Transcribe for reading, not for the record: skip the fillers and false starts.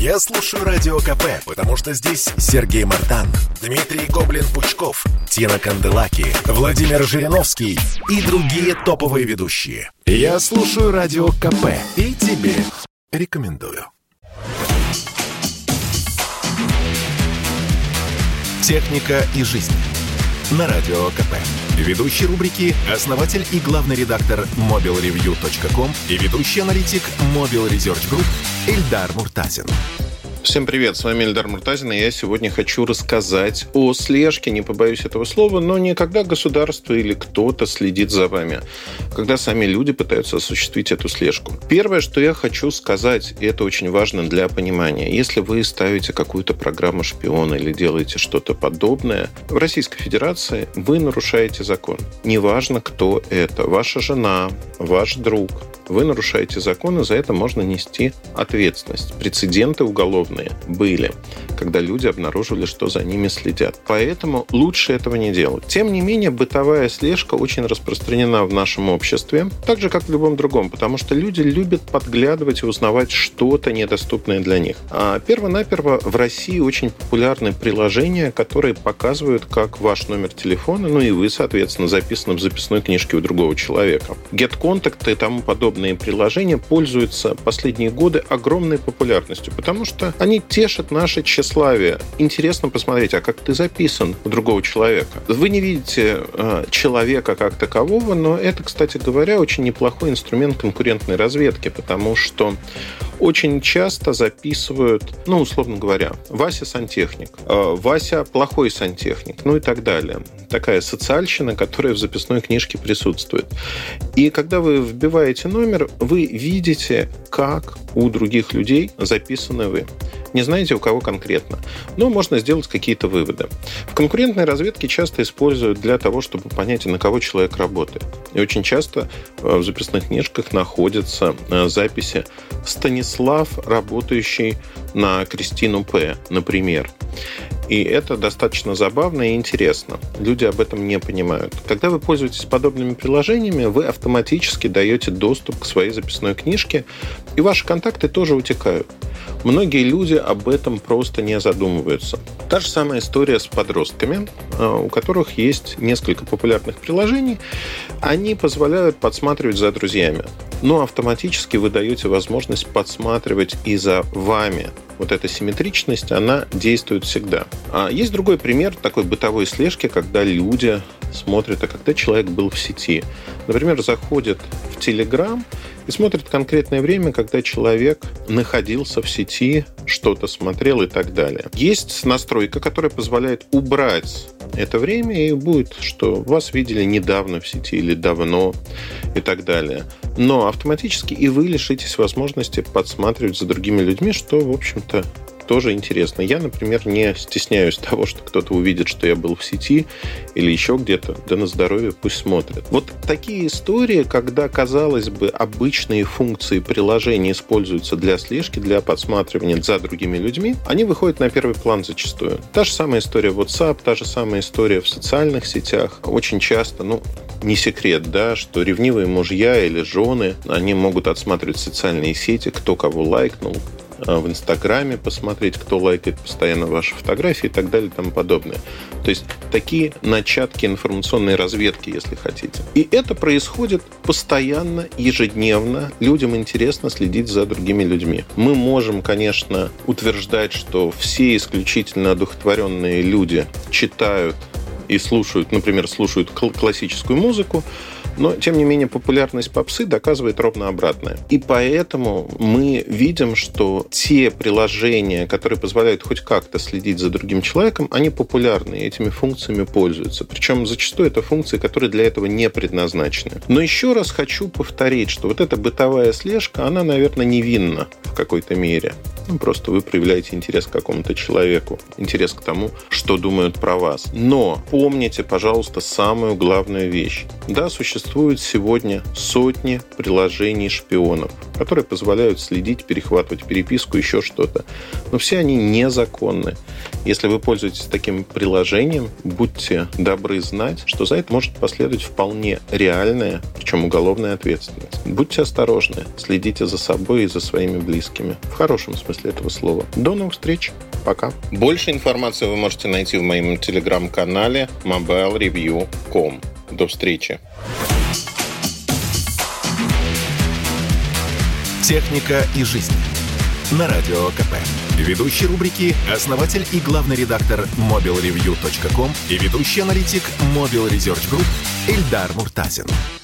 Я слушаю Радио КП, потому что здесь Сергей Мартан, Дмитрий Гоблин-Пучков, Тина Канделаки, Владимир Жириновский и другие топовые ведущие. Я слушаю Радио КП и тебе рекомендую. Техника и жизнь. На Радио КП. Ведущий рубрики – основатель и главный редактор mobilreview.com и ведущий аналитик Mobile Research Group Эльдар Муртазин. Всем привет, с вами Эльдар Муртазин, и я сегодня хочу рассказать о слежке, не побоюсь этого слова, но не когда государство или кто-то следит за вами, когда сами люди пытаются осуществить эту слежку. Первое, что я хочу сказать, и это очень важно для понимания, если вы ставите какую-то программу шпиона или делаете что-то подобное, в Российской Федерации вы нарушаете закон. Неважно, кто это, ваша жена, ваш друг. Вы нарушаете закон, и за это можно нести ответственность. Прецеденты уголовные были, когда люди обнаружили, что за ними следят. Поэтому лучше этого не делать. Тем не менее, бытовая слежка очень распространена в нашем обществе, так же, как в любом другом, потому что люди любят подглядывать и узнавать что-то недоступное для них. А перво-наперво в России очень популярны приложения, которые показывают, как ваш номер телефона, ну и вы, соответственно, записаны в записной книжке у другого человека. GetContact и тому подобное приложения пользуются последние годы огромной популярностью, потому что они тешат наше тщеславие. Интересно посмотреть, а как ты записан у другого человека. Вы не видите человека как такового, но это, кстати говоря, очень неплохой инструмент конкурентной разведки, потому что очень часто записывают, ну, условно говоря, Вася сантехник, Вася плохой сантехник, ну и так далее. Такая социальщина, которая в записной книжке присутствует. И когда вы вбиваете номер, вы видите, как у других людей записаны вы. Не знаете, у кого конкретно, но можно сделать какие-то выводы. В конкурентной разведке часто используют для того, чтобы понять, на кого человек работает. И очень часто в записных книжках находятся записи «Станислав, работающий на Кристину П», например. И это достаточно забавно и интересно. Люди об этом не понимают. Когда вы пользуетесь подобными приложениями, вы автоматически даете доступ к своей записной книжке, и ваши контакты тоже утекают. Многие люди об этом просто не задумываются. Та же самая история с подростками, у которых есть несколько популярных приложений. Они позволяют подсматривать за друзьями, но автоматически вы даете возможность подсматривать и за вами. Вот эта симметричность, она действует всегда. А есть другой пример такой бытовой слежки, когда люди смотрят, а когда человек был в сети. Например, заходят в Telegram и смотрят конкретное время, когда человек находился в сети, что-то смотрел и так далее. Есть настройка, которая позволяет убрать это время, и будет, что вас видели недавно в сети или давно и так далее. Но автоматически и вы лишитесь возможности подсматривать за другими людьми, что, в общем-то, тоже интересно. Я, например, не стесняюсь того, что кто-то увидит, что я был в сети или еще где-то. Да на здоровье, пусть смотрят. Вот такие истории, когда, казалось бы, обычные функции приложения используются для слежки, для подсматривания за другими людьми, они выходят на первый план зачастую. Та же самая история в WhatsApp, та же самая история в социальных сетях. Очень часто, не секрет, да, что ревнивые мужья или жены, они могут отсматривать социальные сети, кто кого лайкнул, в Инстаграме посмотреть, кто лайкает постоянно ваши фотографии и так далее и тому подобное. То есть такие начатки информационной разведки, если хотите. И это происходит постоянно, ежедневно. Людям интересно следить за другими людьми. Мы можем, конечно, утверждать, что все исключительно одухотворенные люди читают и слушают, например, классическую музыку, но, тем не менее, популярность попсы доказывает ровно обратное. И поэтому мы видим, что те приложения, которые позволяют хоть как-то следить за другим человеком, они популярны, и этими функциями пользуются. Причем зачастую это функции, которые для этого не предназначены. Но еще раз хочу повторить, что вот эта бытовая слежка, она, наверное, невинна в какой-то мере. Просто вы проявляете интерес к какому-то человеку, интерес к тому, что думают про вас. Но помните, пожалуйста, самую главную вещь. Да, существует сегодня сотни приложений шпионов, которые позволяют следить, перехватывать переписку, еще что-то. Но все они незаконны. Если вы пользуетесь таким приложением, будьте добры знать, что за это может последовать вполне реальная, причем уголовная ответственность. Будьте осторожны, следите за собой и за своими близкими. В хорошем смысле после этого слова. До новых встреч. Пока. Больше информации вы можете найти в моем телеграм-канале mobilereview.com. До встречи. «Техника и жизнь» на Радио КП. Ведущий рубрики – основатель и главный редактор mobilereview.com и ведущий аналитик Mobile Research Group Эльдар Муртазин.